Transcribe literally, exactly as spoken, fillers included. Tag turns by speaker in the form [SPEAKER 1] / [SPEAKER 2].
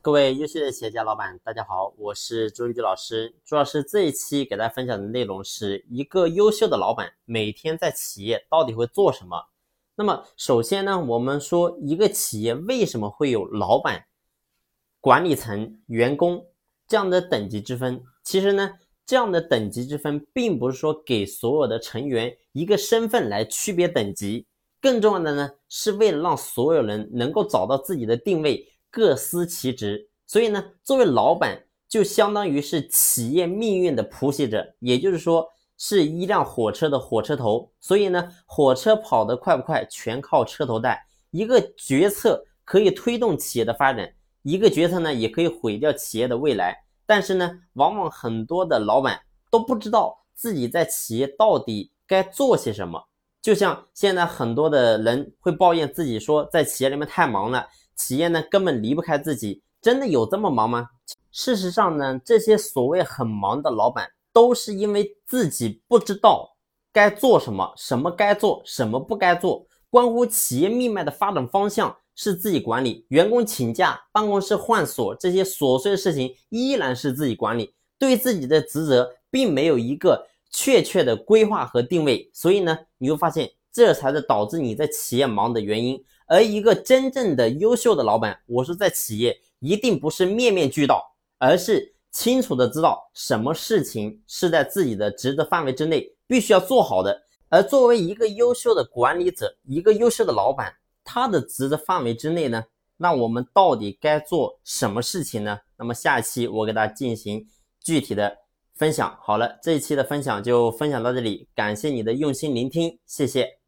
[SPEAKER 1] 各位优秀的企业家老板，大家好，我是周玉居老师。朱老师这一期给大家分享的内容是一个优秀的老板每天在企业到底会做什么。那么首先呢，我们说一个企业为什么会有老板、管理层、员工这样的等级之分？其实呢，这样的等级之分并不是说给所有的成员一个身份来区别等级，更重要的呢，是为了让所有人能够找到自己的定位，各司其职。所以呢，作为老板就相当于是企业命运的谱写者，也就是说是一辆火车的火车头。所以呢，火车跑得快不快全靠车头带。一个决策可以推动企业的发展，一个决策呢也可以毁掉企业的未来。但是呢，往往很多的老板都不知道自己在企业到底该做些什么。就像现在很多的人会抱怨自己说在企业里面太忙了，企业呢根本离不开自己。真的有这么忙吗？事实上呢，这些所谓很忙的老板都是因为自己不知道该做什么，什么该做，什么不该做。关乎企业命脉的发展方向是自己管理，员工请假、办公室换锁这些琐碎的事情依然是自己管理，对自己的职责并没有一个确切的规划和定位。所以呢，你会发现这才是导致你在企业忙的原因。而一个真正的优秀的老板，我说在企业一定不是面面俱到，而是清楚的知道什么事情是在自己的职责范围之内必须要做好的。而作为一个优秀的管理者，一个优秀的老板，他的职责范围之内呢，那我们到底该做什么事情呢？那么下一期我给大家进行具体的分享。好了，这一期的分享就分享到这里，感谢你的用心聆听，谢谢。